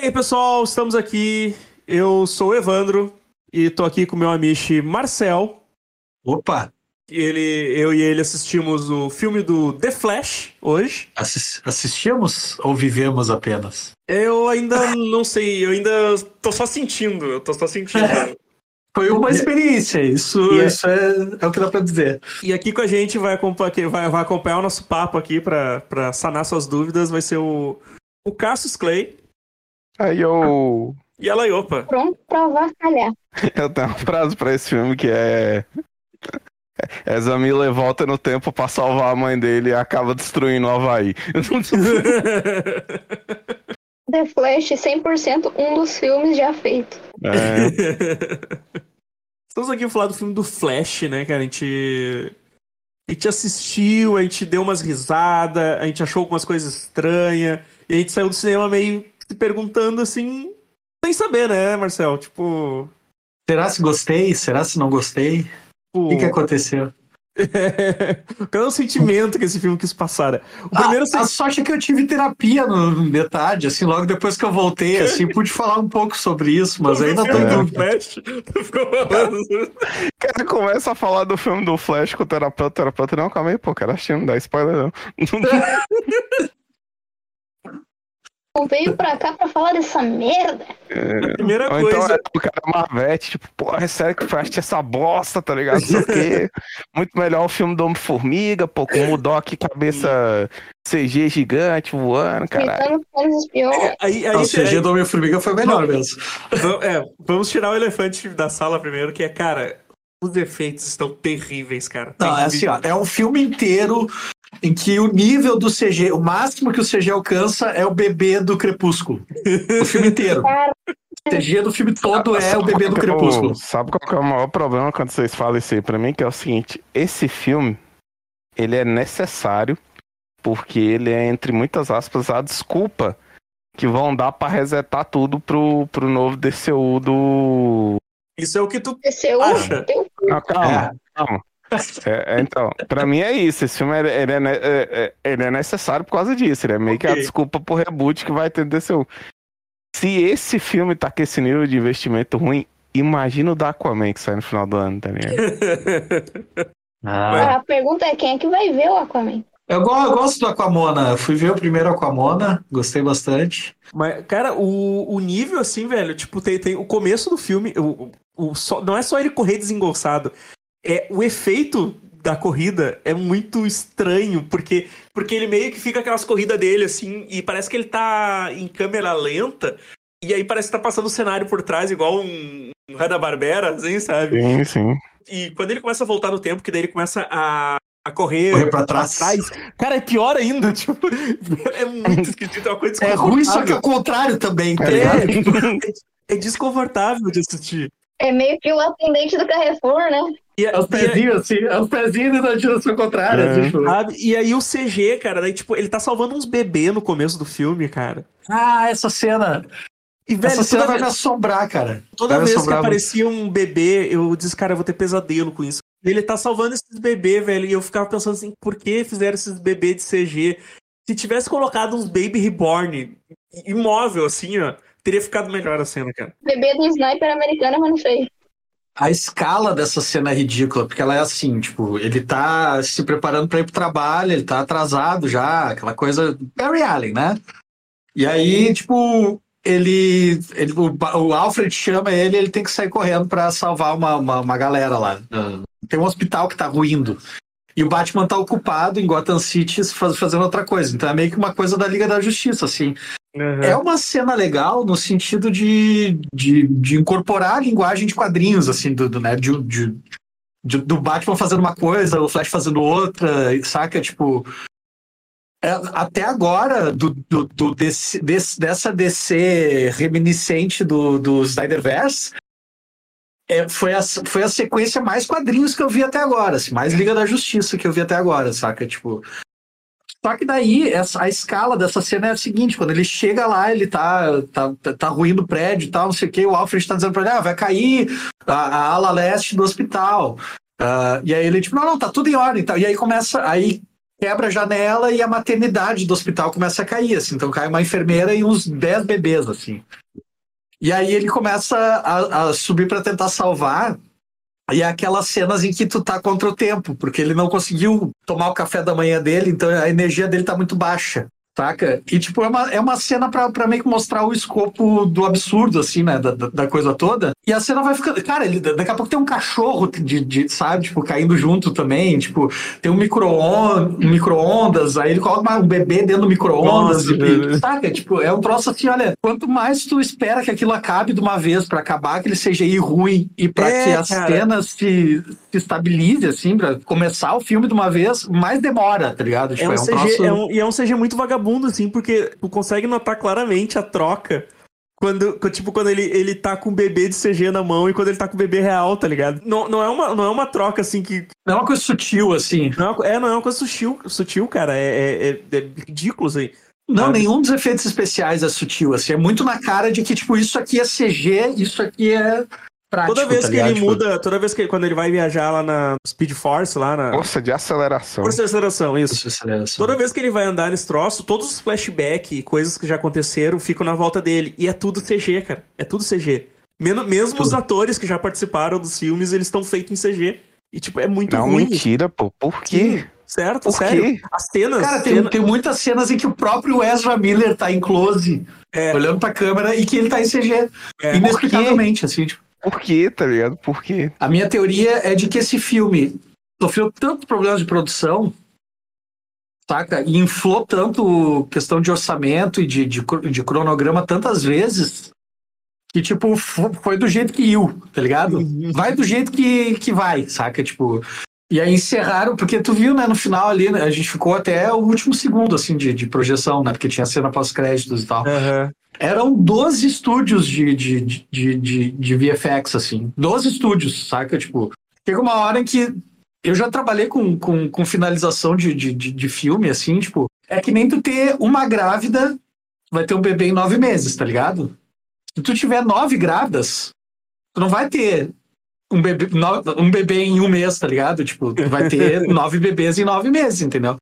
aí, pessoal, estamos aqui. Eu sou o Evandro e tô aqui com o meu amigo Marcel. Opa! Eu e ele assistimos o filme do The Flash hoje. Assistimos ou vivemos apenas? Eu ainda não sei, eu ainda tô só sentindo, Foi uma experiência, isso é o que dá pra dizer. E aqui com a gente vai acompanhar o nosso papo aqui pra sanar suas dúvidas, vai ser o Cassius Clay. Aí eu. E ela aí, opa. Pronto pra avacalhar. Eu tenho uma frase pra esse filme que é. Ezra Miller volta no tempo pra salvar a mãe dele e acaba destruindo o Havaí. The Flash, 100% um dos filmes já feito. Estamos aqui pra falar do filme do Flash, né, cara? A gente assistiu, a gente deu umas risadas, a gente achou algumas coisas estranhas, e a gente saiu do cinema meio se perguntando assim, sem saber, né, Marcel? Tipo. Será se gostei? Será se não gostei? O que aconteceu? Qual é o sentimento que esse filme quis passar? Né? A sorte é que eu tive terapia no metade, assim, logo depois que eu voltei, assim, pude falar um pouco sobre isso, mas ainda tô em dúvida. Cara, começa a falar do filme do Flash com o terapeuta, não, calma aí, pô, cara, não dá spoiler não. Não veio pra cá pra falar dessa merda. A primeira Ou coisa. então o cara é Marvete, tipo, porra, é sério que foi essa bosta, tá ligado? Não sei o quê. Muito melhor o filme do Homem-Formiga, pô, com o Mudok, cabeça CG gigante voando, caralho. O CG do Homem-Formiga foi melhor mesmo. Vamos tirar o elefante da sala primeiro, que é, cara, os efeitos estão terríveis, cara. Não, é assim, ó, é um filme inteiro em que o nível do CG, o máximo que o CG alcança é o bebê do Crepúsculo. O filme inteiro. O CG do filme todo é o bebê do Crepúsculo. Sabe qual que é o maior problema quando vocês falam isso aí pra mim? Que é o seguinte, esse filme, ele é necessário porque ele é, entre muitas aspas, a desculpa que vão dar pra resetar tudo pro novo DCU do... Isso é o que tu DCU? acha? Não, calma. Então, pra mim é isso. Esse filme ele é necessário por causa disso. Ele é meio que a desculpa pro reboot que vai ter DCU. Se esse filme tá com esse nível de investimento ruim, imagina o da Aquaman que sai no final do ano, tá ligado? A pergunta é quem é que vai ver o Aquaman? Eu gosto do Aquamona. Fui ver o primeiro Aquamona, gostei bastante. Mas, cara, o nível, assim, velho, tipo, tem o começo do filme, não é só ele correr desengonçado, o efeito da corrida é muito estranho, porque ele meio que fica aquelas corridas dele, assim, e parece que ele tá em câmera lenta, e aí parece que tá passando o cenário por trás, igual um Hanna-Barbera, assim, sabe? Sim, sim. E quando ele começa a voltar no tempo, que daí ele começa a correr pra trás. Cara, é pior ainda, tipo, é muito esquisito, é uma coisa desconfortável. É ruim, só que é o contrário também, tá ligado? É desconfortável de assistir. É meio que o atendente do Carrefour, né? Os pezinhos, assim, os pezinhos na direção contrária, assim, tipo. Sabe? E aí o CG, cara, daí, tipo, ele tá salvando uns bebês no começo do filme, cara. Essa cena. E, velho, essa cena vai me assombrar, cara. Toda vez que aparecia um bebê, eu disse, cara, eu vou ter pesadelo com isso. Ele tá salvando esses bebês, velho, e eu ficava pensando assim, por que fizeram esses bebês de CG? Se tivesse colocado uns Baby Reborn imóvel, assim, ó, teria ficado melhor a cena, cara. Bebê do sniper americano, mas não sei. A escala dessa cena é ridícula, porque ela é assim, tipo, ele tá se preparando pra ir pro trabalho, ele tá atrasado já, aquela coisa Barry Allen, né? E aí, tipo, o Alfred chama ele tem que sair correndo pra salvar uma galera lá. Tem um hospital que tá ruindo. E o Batman tá ocupado em Gotham City fazendo outra coisa. Então é meio que uma coisa da Liga da Justiça, assim. Uhum. É uma cena legal no sentido de incorporar a linguagem de quadrinhos, assim, né? Do Batman fazendo uma coisa, o Flash fazendo outra, saca? Tipo... até agora, dessa DC reminiscente do Snyderverse, foi a sequência mais quadrinhos que eu vi até agora, assim, mais Liga da Justiça que eu vi até agora, saca? Tipo, só que daí, a escala dessa cena é a seguinte, quando ele chega lá, ele tá ruindo o prédio e tal, não sei o que, o Alfred tá dizendo pra ele, vai cair a ala leste do hospital. E aí ele, tipo, não, tá tudo em ordem e tal. E aí começa, quebra a janela e a maternidade do hospital começa a cair, assim. Então cai uma enfermeira e uns 10 bebês, assim. E aí ele começa a subir para tentar salvar. E é aquelas cenas em que tu tá contra o tempo, porque ele não conseguiu tomar o café da manhã dele, então a energia dele tá muito baixa. Saca? E, tipo, é uma cena pra meio que mostrar o escopo do absurdo, assim, né? Da coisa toda. E a cena vai ficando... Cara, daqui a pouco tem um cachorro, sabe? Tipo, caindo junto também. Tipo, tem um micro-ondas. Aí ele coloca um bebê dentro do micro-ondas. Saca? Tipo, é um troço assim, olha... Quanto mais tu espera que aquilo acabe de uma vez pra acabar aquele CGI ruim e pra que as cenas se estabilize, assim, pra começar o filme de uma vez, mais demora, tá ligado? Tipo, é um CG muito vagabundo, assim, porque tu consegue notar claramente a troca quando ele tá com o bebê de CG na mão e quando ele tá com o bebê real, tá ligado? Não é uma troca, assim, que... Não é uma coisa sutil, assim. Não é uma coisa sutil, cara. É ridículo, assim. Não, nenhum dos efeitos especiais é sutil, assim. É muito na cara de que, tipo, isso aqui é CG, isso aqui é... prático, toda vez tá que ligado? ele muda, toda vez que quando ele vai viajar lá na Speed Force, lá na... Força de aceleração. Força de aceleração, isso. Força de aceleração. Toda vez que ele vai andar nesse troço, todos os flashbacks e coisas que já aconteceram ficam na volta dele. E é tudo CG, cara. É tudo CG. Mesmo tudo. Os atores que já participaram dos filmes, eles estão feitos em CG. E, tipo, é muito Não, ruim. mentira, pô. Por quê? Sim, certo, Por sério. quê? As cenas... Cara, tem muitas cenas em que o próprio Ezra Miller tá em close, olhando pra câmera, e que ele tá em CG. Inexplicavelmente, assim, tipo. Por quê, tá ligado? Por quê? A minha teoria é de que esse filme sofreu tantos problemas de produção, saca? E inflou tanto questão de orçamento e de cronograma tantas vezes que, tipo, foi do jeito que tá ligado? Vai do jeito que vai, saca? Tipo... E aí encerraram, porque tu viu, né, no final ali, né, a gente ficou até o último segundo, assim, de projeção, né? Porque tinha cena pós-créditos e tal. Eram 12 estúdios de VFX, assim. 12 estúdios, saca? Tipo, chega uma hora em que eu já trabalhei com finalização de filme, assim, tipo, é que nem tu ter uma grávida, vai ter um bebê em 9 meses, tá ligado? Se tu tiver 9 grávidas, tu não vai ter um bebê em 1 mês, tá ligado? Tipo, tu vai ter 9 bebês em 9 meses, entendeu?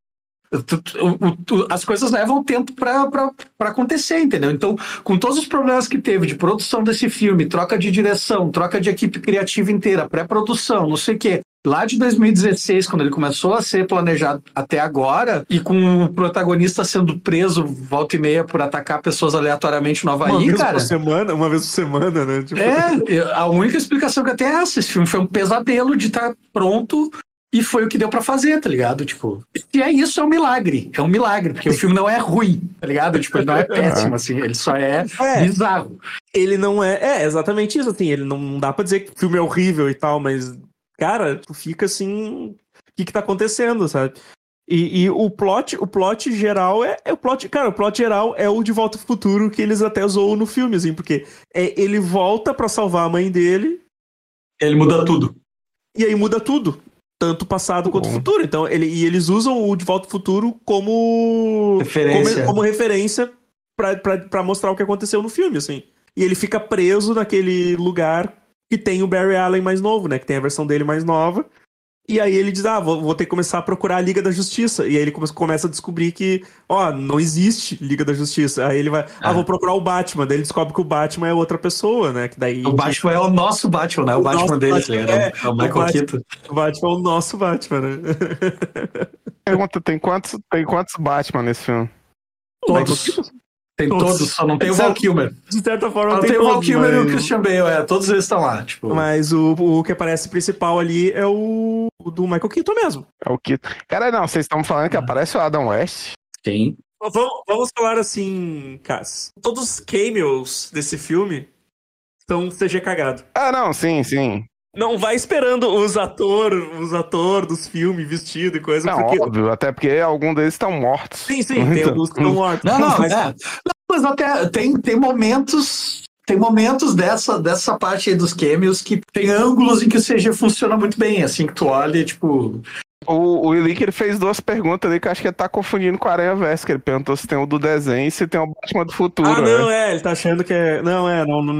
As coisas levam tempo pra acontecer, entendeu? Então, com todos os problemas que teve de produção desse filme, troca de direção, troca de equipe criativa inteira, pré-produção, não sei o quê, lá de 2016, quando ele começou a ser planejado até agora, e com o protagonista sendo preso volta e meia por atacar pessoas aleatoriamente no Havaí, uma vez por semana, né? Tipo... a única explicação que eu tenho é essa. Esse filme foi um pesadelo de estar pronto e foi o que deu pra fazer, tá ligado? Tipo, e é isso, é um milagre, porque o filme não é ruim, tá ligado? Tipo, ele não é péssimo, assim, ele só é bizarro. Ele não é exatamente isso, assim, ele não dá pra dizer que o filme é horrível e tal, mas, cara, tu fica assim, o que tá acontecendo, sabe? E o plot geral o plot geral é o De Volta ao Futuro que eles até zoam no filme, assim, porque ele volta pra salvar a mãe dele. Ele muda tudo. E aí muda tudo. Tanto o passado quanto o futuro. Então, eles usam o De Volta ao Futuro como referência pra mostrar o que aconteceu no filme, assim. E ele fica preso naquele lugar que tem o Barry Allen mais novo, né? Que tem a versão dele mais nova. E aí ele diz, vou ter que começar a procurar a Liga da Justiça. E aí ele começa a descobrir que, não existe Liga da Justiça. Aí ele vai, vou procurar o Batman. Daí ele descobre que o Batman é outra pessoa, né? Que daí, o Batman é o nosso Batman, né? O Batman dele, é o Michael Keaton. O Batman é o nosso Batman, né? Pergunta, tem quantos Batman nesse filme? Todos. Tem todos, só não tem o Val Kilmer. De certa forma, não tem o Val Kilmer e o Christian Bale, todos eles estão lá. Tipo... Mas o que aparece principal ali é o do Michael Keaton mesmo. É o Keaton. Cara, não, vocês estão falando que aparece o Adam West? Sim. Vamos falar assim, Cass. Todos os cameos desse filme são CG cagado. Não, sim. Não vai esperando os atores dos filmes vestidos e coisa. Não, porque... óbvio, até porque alguns deles estão mortos. Sim, tem alguns que estão mortos. Mas até tem momentos... Tem momentos dessa parte aí dos cameos que tem ângulos em que o CG funciona muito bem, assim, que tu olha e, tipo... O Ilick, ele fez 2 perguntas ali que eu acho que ele tá confundindo com a Aranha Verso, que ele perguntou se tem o do desenho e se tem o Batman do futuro. Ah, não, ele tá achando que é. Não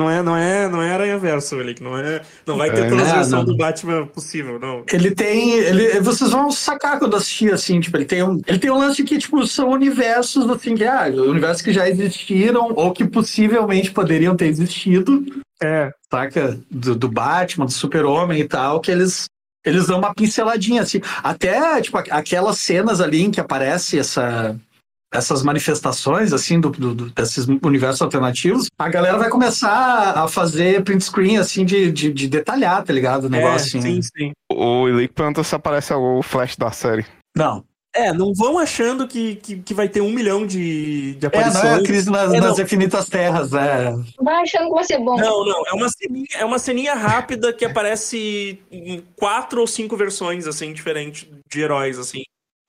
é Aranha Verso, Ilick. Não vai ter todas as versões do Batman possível, não. Vocês vão sacar quando assistir, assim, tipo, ele tem um lance que, tipo, são universos, assim, universos que já existiram ou que possivelmente poderiam ter existido. Saca? Do Batman, do Super-Homem e tal, que eles dão uma pinceladinha, assim. Até, tipo, aquelas cenas ali em que aparece essas manifestações, assim, desses universos alternativos, a galera vai começar a fazer print screen, assim, de detalhar, tá ligado? O negócio, assim. Sim. O Ilick perguntou se aparece o Flash da série. Não. Não vão achando que vai ter 1 milhão de aparições. Não é a crise nas infinitas terras, Vai achando que vai ser bom. Não, é uma ceninha rápida que aparece em 4 ou 5 versões, assim, diferentes de heróis, assim.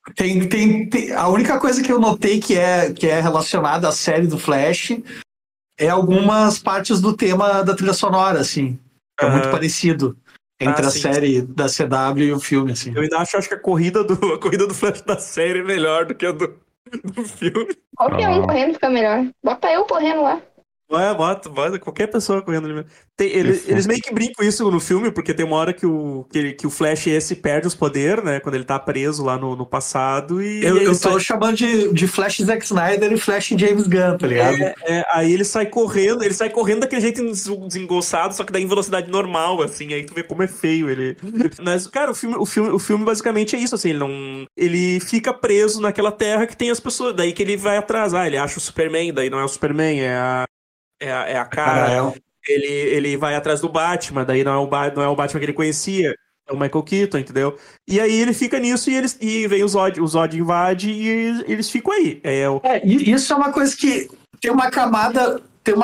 A única coisa que eu notei que é relacionada à série do Flash é algumas partes do tema da trilha sonora, assim. É muito parecido entre a série da CW e o filme, assim. Eu ainda acho que a corrida do Flash da série é melhor do que a do filme. Qualquer um correndo fica melhor. Bota eu correndo lá. Bota qualquer pessoa correndo ali mesmo. Eles meio que brincam isso no filme, porque tem uma hora que o Flash esse perde os poderes, né? Quando ele tá preso lá no passado. Eu tô chamando de Flash Zack Snyder e Flash James Gunn, tá ligado? Aí ele sai correndo daquele jeito desengonçado, só que daí em velocidade normal, assim, aí tu vê como é feio ele. Mas, cara, o filme basicamente é isso, assim, ele fica preso naquela terra que tem as pessoas, daí que ele vai atrás, ele acha o Superman, daí não é o Superman, é a cara. Ele vai atrás do Batman, daí não é o Batman que ele conhecia, é o Michael Keaton, entendeu? E aí ele fica nisso e vem o Zod invade e eles ficam aí. Isso é uma coisa que tem uma camada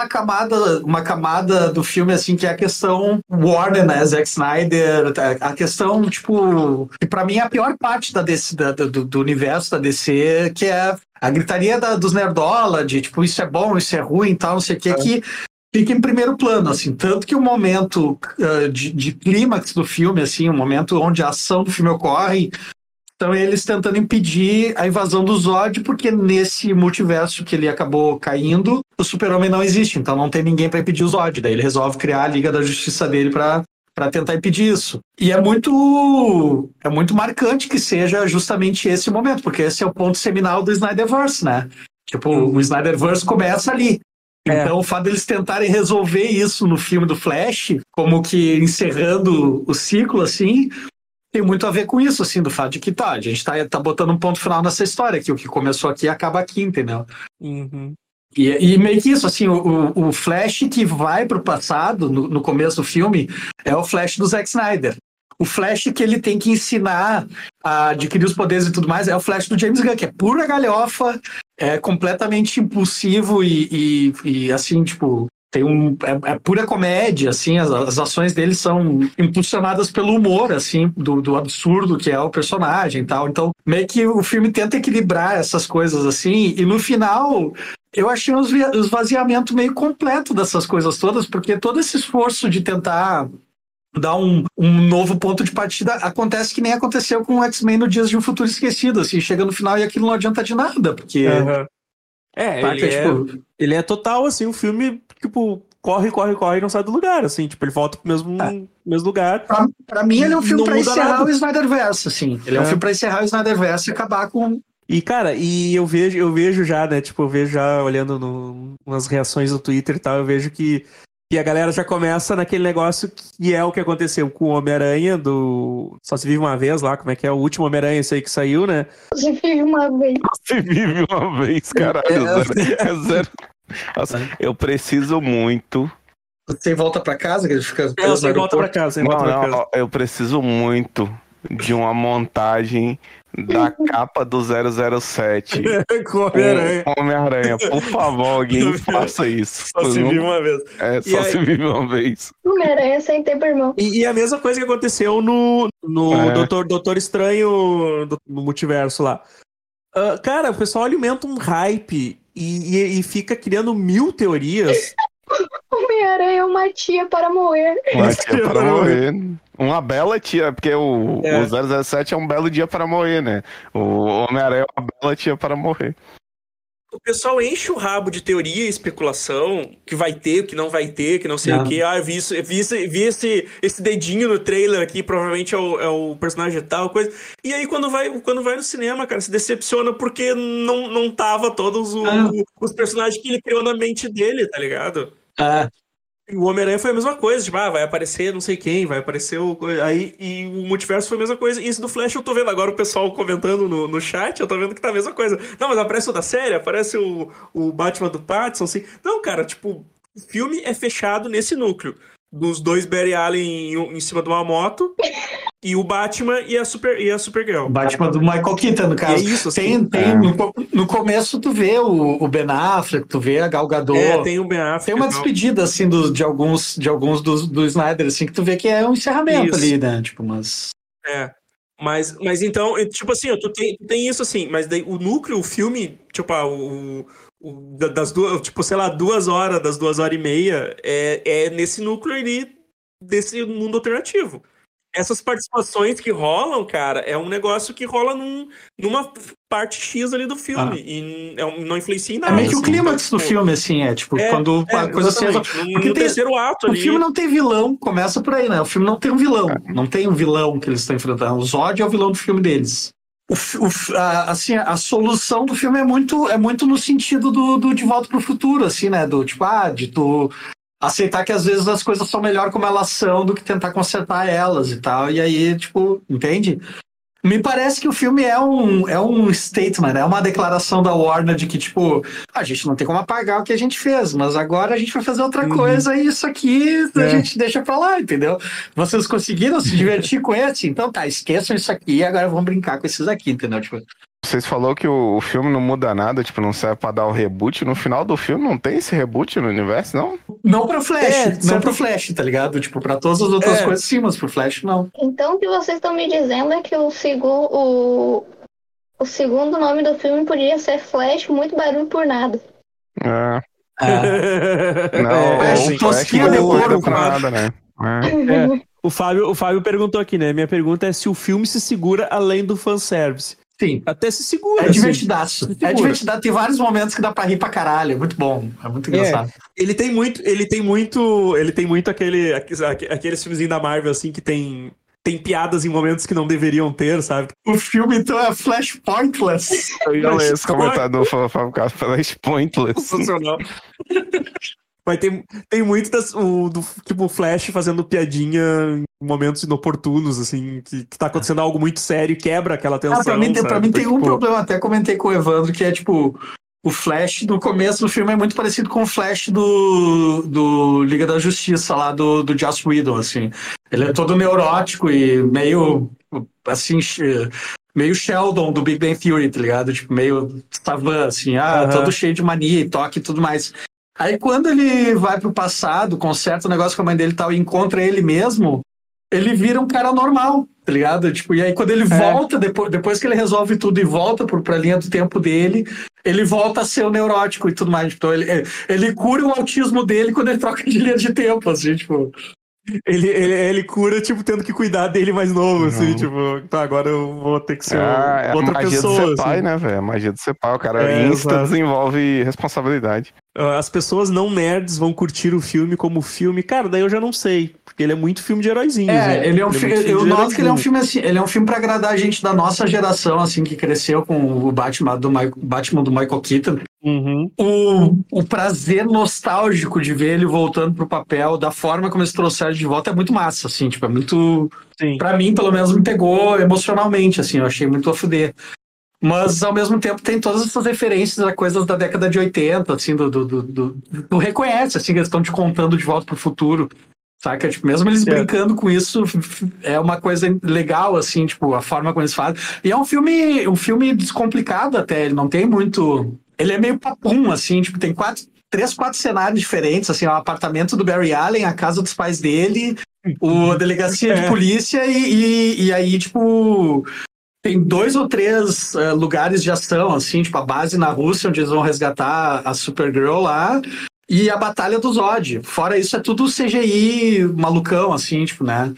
do filme, assim, que é a questão Warner, né, Zack Snyder, a questão, tipo, que pra mim é a pior parte da DC, do universo da DC, que é a gritaria dos nerdola, de, tipo, isso é bom, isso é ruim e tal, não sei o que fica em primeiro plano, assim, tanto que o momento de clímax do filme, assim, o momento onde a ação do filme ocorre, então eles tentando impedir a invasão do Zod, porque nesse multiverso que ele acabou caindo, o Super-Homem não existe, então não tem ninguém para impedir o Zod. Daí ele resolve criar a Liga da Justiça dele para tentar impedir isso. E é muito marcante que seja justamente esse momento, porque esse é o ponto seminal do Snyderverse, né? Tipo, o Snyderverse começa ali. Então, o fato deles tentarem resolver isso no filme do Flash, como que encerrando o ciclo, assim, tem muito a ver com isso, assim, do fato de que a gente tá botando um ponto final nessa história, que o que começou aqui acaba aqui, entendeu? Uhum. E meio que isso, assim, o Flash que vai pro passado, no começo do filme, é o Flash do Zack Snyder. O Flash que ele tem que ensinar a adquirir os poderes e tudo mais é o Flash do James Gunn, que é pura galhofa, é completamente impulsivo e assim, tipo, é pura comédia, assim, as ações dele são impulsionadas pelo humor, assim, do absurdo que é o personagem e tal. Então, meio que o filme tenta equilibrar essas coisas, assim, e no final eu achei um esvaziamento meio completo dessas coisas todas, porque todo esse esforço de tentar dar um novo ponto de partida acontece que nem aconteceu com o X-Men no Dias de um Futuro Esquecido, assim, chega no final e aquilo não adianta de nada, porque... Ele é total, assim, um filme, tipo, corre e não sai do lugar, assim, tipo, ele volta pro mesmo lugar. Pra mim, ele é um filme pra encerrar o Snyderverse, assim. Ele é um filme pra encerrar o Snyderverse e acabar com... E, cara, eu vejo já, né, tipo, eu vejo já, olhando nas reações do Twitter e tal, eu vejo que a galera já começa naquele negócio que é o que aconteceu com o Homem-Aranha do Só Se Vive Uma Vez lá, como é que é? O último Homem-Aranha, esse aí que saiu, né? Só se vive uma vez. Se vive uma vez, caralho. Zero. Nossa, eu preciso muito. Você volta pra casa, que ele fica... Você volta pra casa. Eu preciso muito de uma montagem da capa do 007 com Homem-Aranha. Por favor, alguém faça isso. Só se vive uma vez. Se vive uma vez. Homem-Aranha sem ter irmão. E a mesma coisa que aconteceu no Doutor Estranho no multiverso lá. Cara, o pessoal alimenta um hype e fica criando 1000 teorias. Homem-Aranha é uma tia para morrer. Uma tia para morrer. Uma bela tia, porque o 007 é um belo dia para morrer, né? O Homem-Aranha é uma bela tia para morrer. O pessoal enche o rabo de teoria e especulação, que vai ter, que não vai ter, que não sei o que. Ah, eu vi isso, vi esse dedinho no trailer aqui, provavelmente é o personagem tal, coisa. E aí, quando vai no cinema, cara, se decepciona porque não tava todos os personagens que ele criou na mente dele, tá ligado? E o Homem-Aranha foi a mesma coisa, tipo, vai aparecer não sei quem, vai aparecer aí, e o Multiverso foi a mesma coisa, e esse do Flash eu tô vendo agora o pessoal comentando no chat, eu tô vendo que tá a mesma coisa. Não, mas aparece o da série, aparece o Batman do Pattinson, assim. Não, cara, tipo, o filme é fechado nesse núcleo, dos dois Barry Allen em cima de uma moto, e o Batman e a Supergirl. O Batman do Michael Keaton, no caso. E é isso, assim. No começo tu vê o Ben Affleck, tu vê a Gal Gadot. Tem o Ben Affleck. Tem uma despedida, assim, de alguns do Snyder, assim, que tu vê que é um encerramento ali, né? Tipo, mas... Mas então, tipo assim, tu tem isso assim, mas daí o núcleo, o filme, tipo, das duas, tipo, sei lá, 2 horas, das 2h30, é nesse núcleo ali, desse mundo alternativo. Essas participações que rolam, cara, é um negócio que rola numa parte X ali do filme. E não influencia em nada. É meio que o assim, clímax do filme, assim, quando a coisa se resolve. Porque no terceiro ato ali. O filme não tem vilão, começa por aí, né? O filme não tem um vilão. Não tem um vilão que eles estão enfrentando. O Zod é o vilão do filme deles. Assim, a solução do filme é muito no sentido do De Volta pro Futuro, assim, né? Do tipo, de tu aceitar que às vezes as coisas são melhor como elas são do que tentar consertar elas e tal. E aí, tipo, entende? Me parece que o filme é um statement, é uma declaração da Warner de que, tipo, a gente não tem como apagar o que a gente fez, mas agora a gente vai fazer outra coisa e isso aqui a gente deixa pra lá, entendeu? Vocês conseguiram se divertir com esse? Então tá, esqueçam isso aqui e agora vamos brincar com esses aqui, entendeu? Tipo... Vocês falaram que o filme não muda nada, tipo, não serve pra dar o reboot. No final do filme não tem esse reboot no universo, não? Não pro Flash, não pro Flash, tá ligado? Tipo, pra todas as outras coisas sim, mas pro Flash não. Então o que vocês estão me dizendo é que o segundo nome do filme podia ser Flash, muito barulho por nada. Não, tosquinha de porco por nada, né? O Fábio perguntou aqui, né? Minha pergunta é se o filme se segura além do fanservice. Sim. Até se segura. É divertidaço. É divertidaço. Tem vários momentos que dá pra rir pra caralho. É muito bom. É muito engraçado. Ele tem muito aqueles filmezinhos da Marvel, assim, que tem piadas em momentos que não deveriam ter, sabe? O filme, então, é Flash Pointless. Eu ia ler esse comentário do Fábio Castro, Flash Pointless. Sensacional. Mas tem muito do tipo Flash fazendo piadinha em momentos inoportunos, assim, que tá acontecendo algo muito sério e quebra aquela tensão. Pra mim tem um problema, até comentei com o Evandro, que é tipo, o Flash no começo do filme é muito parecido com o Flash do Liga da Justiça, lá do Joss Whedon, assim. Ele é todo neurótico e meio, assim, meio Sheldon do Big Bang Theory, tá ligado? Tipo, meio Savan, assim, todo cheio de mania e toque e tudo mais. Aí quando ele vai pro passado, conserta o negócio com a mãe dele e tal, e encontra ele mesmo, ele vira um cara normal, tá ligado? Tipo, e aí quando ele volta, depois que ele resolve tudo e volta pra linha do tempo dele, ele volta a ser o neurótico e tudo mais. Então ele cura o autismo dele quando ele troca de linha de tempo, assim, tipo... Ele cura, tipo, tendo que cuidar dele mais novo, assim, tipo, tá, agora eu vou ter que ser outra pessoa. É a magia de ser pai, né, velho? A magia de ser pai, o cara desenvolve responsabilidade. As pessoas não nerds vão curtir o filme como filme, cara, daí eu já não sei, porque ele é muito filme de heróizinhos. Ele é um filme, eu noto que ele é um filme assim, ele é um filme pra agradar a gente da nossa geração, assim, que cresceu com o Batman do Michael Keaton. Uhum. O prazer nostálgico de ver ele voltando pro papel, da forma como eles trouxeram de volta, é muito massa, assim, tipo, é muito... Sim. Pra mim, pelo menos, me pegou emocionalmente, assim, eu achei muito a fuder. Mas, ao mesmo tempo, tem todas essas referências a coisas da década de 80, assim, tu reconhece, assim, que eles estão te contando de volta pro futuro, saca? Tipo, mesmo eles brincando com isso, é uma coisa legal, assim, tipo, a forma como eles fazem. E é um filme descomplicado até, ele não tem muito... Ele é meio papum, assim, tipo, tem 3, 4 cenários diferentes, assim, o apartamento do Barry Allen, a casa dos pais dele, a delegacia de polícia e aí, tipo... Tem 2 ou 3 lugares de ação, assim, tipo a base na Rússia, onde eles vão resgatar a Supergirl lá, e a Batalha do Zod. Fora isso, é tudo CGI malucão, assim, tipo, né?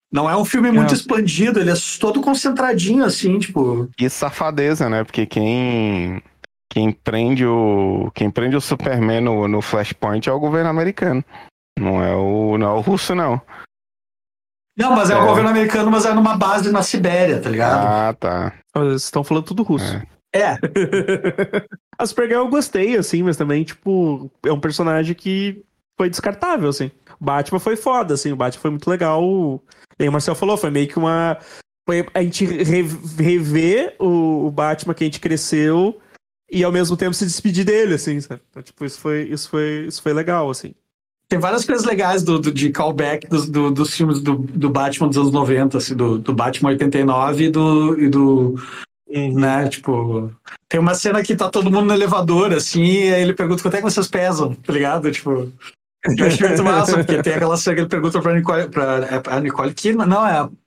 Não é um filme muito expandido, ele é todo concentradinho, assim, tipo... E safadeza, né? Porque quem prende o Superman no Flashpoint é o governo americano. Não é o russo, não. Não, mas é o governo americano, mas é numa base na Sibéria, tá ligado? Ah, tá. Vocês estão falando tudo russo. É. A Supergirl eu gostei, assim, mas também, tipo, é um personagem que foi descartável, assim. O Batman foi foda, assim, o Batman foi muito legal. E aí o Marcel falou, foi meio que uma... Foi a gente rever o Batman que a gente cresceu e ao mesmo tempo se despedir dele, assim, sabe? Então, tipo, isso foi legal, assim. Tem várias coisas legais de callback dos filmes do Batman dos anos 90, assim, do Batman 89 e do né, tipo... Tem uma cena que tá todo mundo no elevador, assim, e aí ele pergunta quanto é que vocês pesam, tá ligado? Tipo... Eu acho muito massa, porque tem aquela cena que ele pergunta pra Nicole Kidman, não,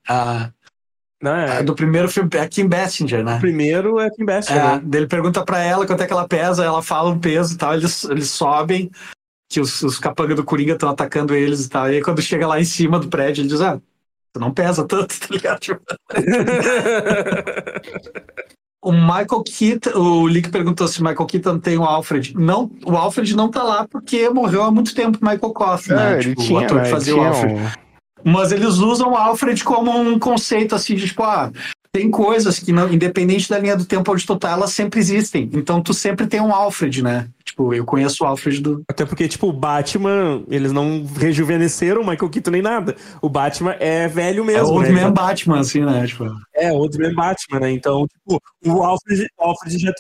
do primeiro filme, é Kim Basinger, né? O primeiro é Kim Basinger, né? Ele pergunta pra ela quanto é que ela pesa, ela fala um peso e tal, eles sobem, que os capangas do Coringa estão atacando eles e tal, e aí quando chega lá em cima do prédio, ele diz, você não pesa tanto, tá ligado? O Michael Keaton, o Lick perguntou se o Michael Keaton tem o Alfred. Não, o Alfred não tá lá porque morreu há muito tempo o Michael Coffey, né? Tipo, o ator que fazia o Alfred. Mas eles usam o Alfred como um conceito assim, de tipo, tem coisas que, não, independente da linha do tempo onde tu tá, elas sempre existem. Então tu sempre tem um Alfred, né? Tipo, eu conheço o Alfred do... Até porque, tipo, o Batman, eles não rejuvenesceram o Michael Keaton nem nada. O Batman é velho mesmo, Old né? Man Batman, assim, né? Tipo... Old Man Batman, né? Então, tipo, o Alfred já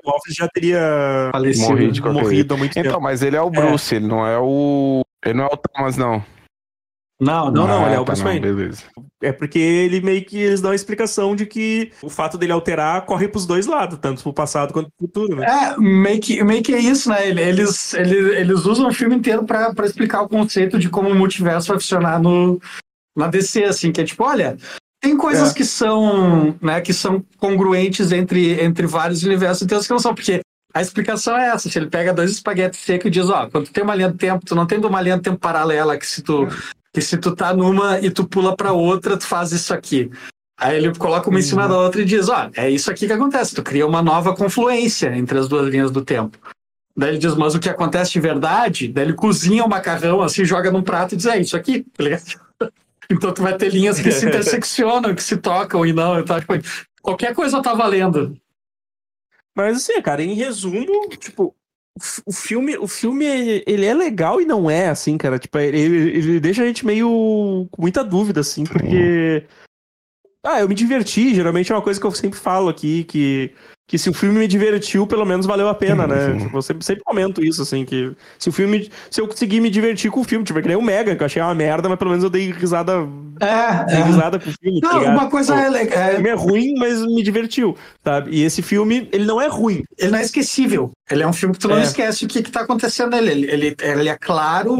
teria morrido há muito tempo. Então, mas ele é o Bruce, ele não é o Thomas, não. Não, ele é o Bruce Wayne. Beleza. É porque ele meio que eles dão a explicação de que o fato dele alterar corre pros dois lados, tanto pro passado quanto pro futuro, né? Meio que é isso, né? Eles usam o filme inteiro pra explicar o conceito de como o multiverso vai funcionar na DC, assim, que é tipo, olha, tem coisas que são, né, que são congruentes entre vários universos e tem outras que não são, porque a explicação é essa, se ele pega dois espaguetes secos e diz, quando tu tem uma linha do tempo, tu não tem uma linha do tempo paralela que se tu tá numa e tu pula pra outra, tu faz isso aqui. Aí ele coloca uma em cima da outra e diz, é isso aqui que acontece, tu cria uma nova confluência entre as duas linhas do tempo. Daí ele diz, mas o que acontece de verdade? Daí ele cozinha o macarrão, assim, joga num prato e diz, isso aqui, tá ligado? Então tu vai ter linhas que se interseccionam, que se tocam e não, então, tipo, qualquer coisa tá valendo. Mas assim, cara, em resumo, tipo, o filme ele é legal e não é, assim, cara. Tipo, ele deixa a gente meio com muita dúvida, assim, porque... eu me diverti, geralmente é uma coisa que eu sempre falo aqui, que se o filme me divertiu, pelo menos valeu a pena, né? Tipo, eu sempre comento isso, assim, que se eu conseguir me divertir com o filme, tipo, é que nem o Mega, que eu achei uma merda, mas pelo menos eu dei risada com o filme, não, tá ligado? Uma coisa O filme é ruim, mas me divertiu, sabe? E esse filme, ele não é ruim. Ele não é esquecível. Ele é um filme que tu não esquece o que tá acontecendo nele. Ele é claro...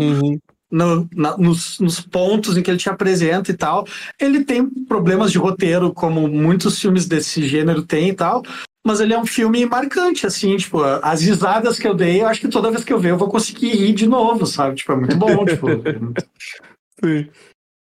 Nos pontos em que ele te apresenta e tal. Ele tem problemas de roteiro, como muitos filmes desse gênero têm e tal, mas ele é um filme marcante, assim, tipo, as risadas que eu dei, eu acho que toda vez que eu ver eu vou conseguir rir de novo, sabe? Tipo, é muito bom, tipo... Sim.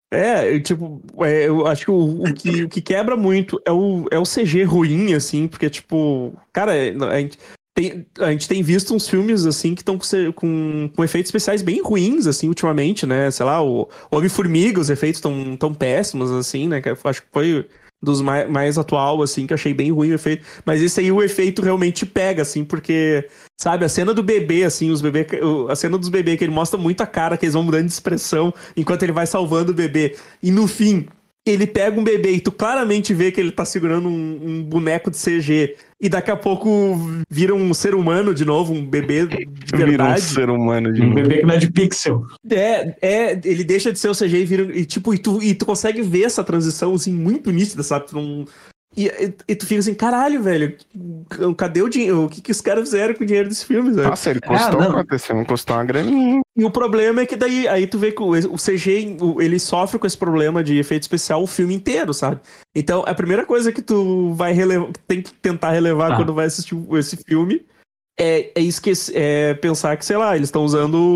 Eu acho que o que quebra muito é o CG ruim, assim, porque, tipo, cara, a gente tem visto uns filmes, assim, que estão com efeitos especiais bem ruins, assim, ultimamente, né? Sei lá, o Homem-Formiga, os efeitos tão péssimos, assim, né? Que eu acho que foi dos mais atual, assim, que eu achei bem ruim o efeito. Mas esse aí, o efeito realmente pega, assim, porque, sabe, a cena do bebê, assim, a cena dos bebês, que ele mostra muito a cara, que eles vão mudando de expressão enquanto ele vai salvando o bebê. E no fim, ele pega um bebê e tu claramente vê que ele tá segurando um boneco de CG e daqui a pouco vira um ser humano de novo, um bebê de verdade. Vira um ser humano de novo. Um bebê que não é de pixel. Ele deixa de ser o CG e vira... E tu consegue ver essa transição, assim, muito nítida, sabe? E tu fica assim, caralho, velho, cadê o dinheiro? O que os caras fizeram com o dinheiro desse filme, velho? Nossa, ele custou uma graninha. E o problema é que daí, aí tu vê que o CG, ele sofre com esse problema de efeito especial o filme inteiro, sabe? Então, a primeira coisa que tu tem que tentar relevar quando vai assistir esse filme é pensar que, sei lá, eles estão usando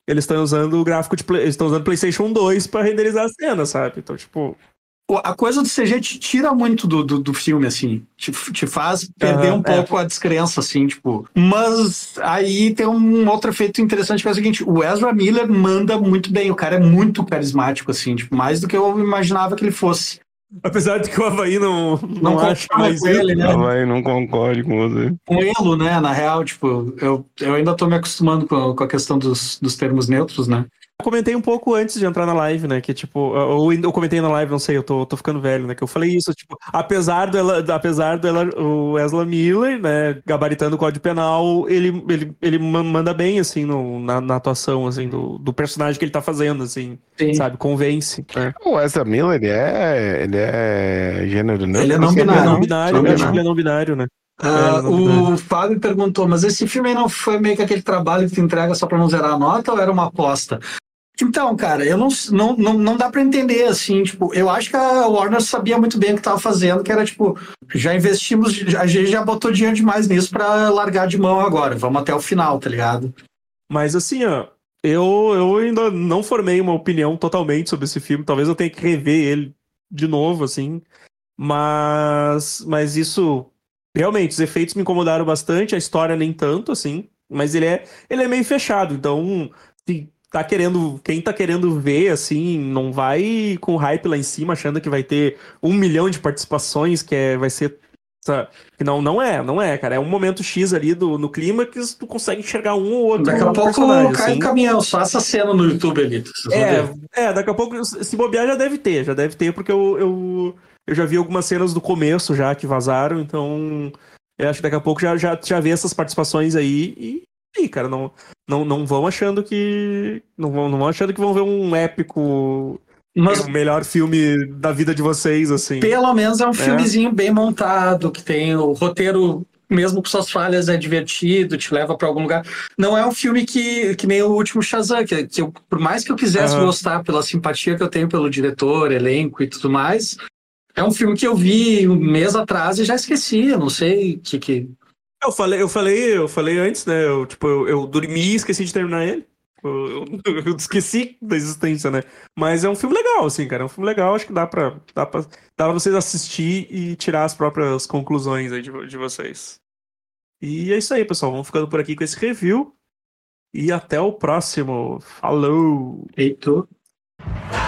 eles estão usando o gráfico eles estão usando PlayStation 2 pra renderizar a cena, sabe? Então, tipo. A coisa do CG te tira muito do filme, assim. Te faz perder um pouco a descrença, assim, tipo. Mas aí tem um outro efeito interessante que é o seguinte: o Ezra Miller manda muito bem. O cara é muito carismático, assim, tipo, mais do que eu imaginava que ele fosse. Apesar de que o Havaí não acha mais ele, né? O Havaí não concordo com você. Com ele, né? Na real, tipo, eu ainda tô me acostumando com a questão dos termos neutros, né? Eu comentei um pouco antes de entrar na live, né? Que, tipo, eu comentei na live, não sei, eu tô ficando velho, né? Que eu falei isso, tipo, apesar do o Ezra Miller, né, gabaritando o Código Penal, ele manda bem, assim, na atuação, assim, do personagem que ele tá fazendo, assim, Sim. sabe? Convence, né? O Ezra Miller, ele é gênero neutro? Ele é não Ele é binário. não binário, eu acho que ele é não binário, né? O Fábio perguntou, mas esse filme aí não foi meio que aquele trabalho que tu entrega só pra não zerar a nota ou era uma aposta? Então, cara, eu não dá pra entender, assim, tipo, eu acho que a Warner sabia muito bem o que tava fazendo, que era, tipo, já investimos, a gente já botou dinheiro demais nisso pra largar de mão agora, vamos até o final, tá ligado? Mas, assim, ó, eu ainda não formei uma opinião totalmente sobre esse filme, talvez eu tenha que rever ele de novo, assim, mas isso, realmente, os efeitos me incomodaram bastante, a história nem tanto, assim, mas ele é meio fechado, então, quem tá querendo ver, assim, não vai com hype lá em cima, achando que vai ter 1 milhão de participações, vai ser, que não é, cara, é um momento X ali no clímax, tu consegue enxergar um ou outro Daqui a pouco personagem, cai assim. o caminhão, só essa cena no YouTube ali, vocês vão ver. Daqui a pouco, se bobear, já deve ter, porque eu já vi algumas cenas do começo já que vazaram, então eu acho que daqui a pouco já vi essas participações aí e cara, não vão achando que. Não vão achando que vão ver um épico. Mas O melhor filme da vida de vocês, assim. pelo menos é um filmezinho bem montado, que tem o roteiro, mesmo com suas falhas, é divertido, te leva pra algum lugar. Não é um filme que nem o último Shazam, que por mais que eu quisesse gostar pela simpatia que eu tenho pelo diretor, elenco e tudo mais, é um filme que eu vi um mês atrás e já esqueci, eu não sei o que... Eu falei antes, né? Eu dormi e esqueci de terminar ele. Eu esqueci da existência, né? Mas é um filme legal, assim, cara. É um filme legal, acho que dá pra vocês assistir e tirar as próprias conclusões aí de vocês. E é isso aí, pessoal. Vamos ficando por aqui com esse review. E até o próximo. Falou! Feito.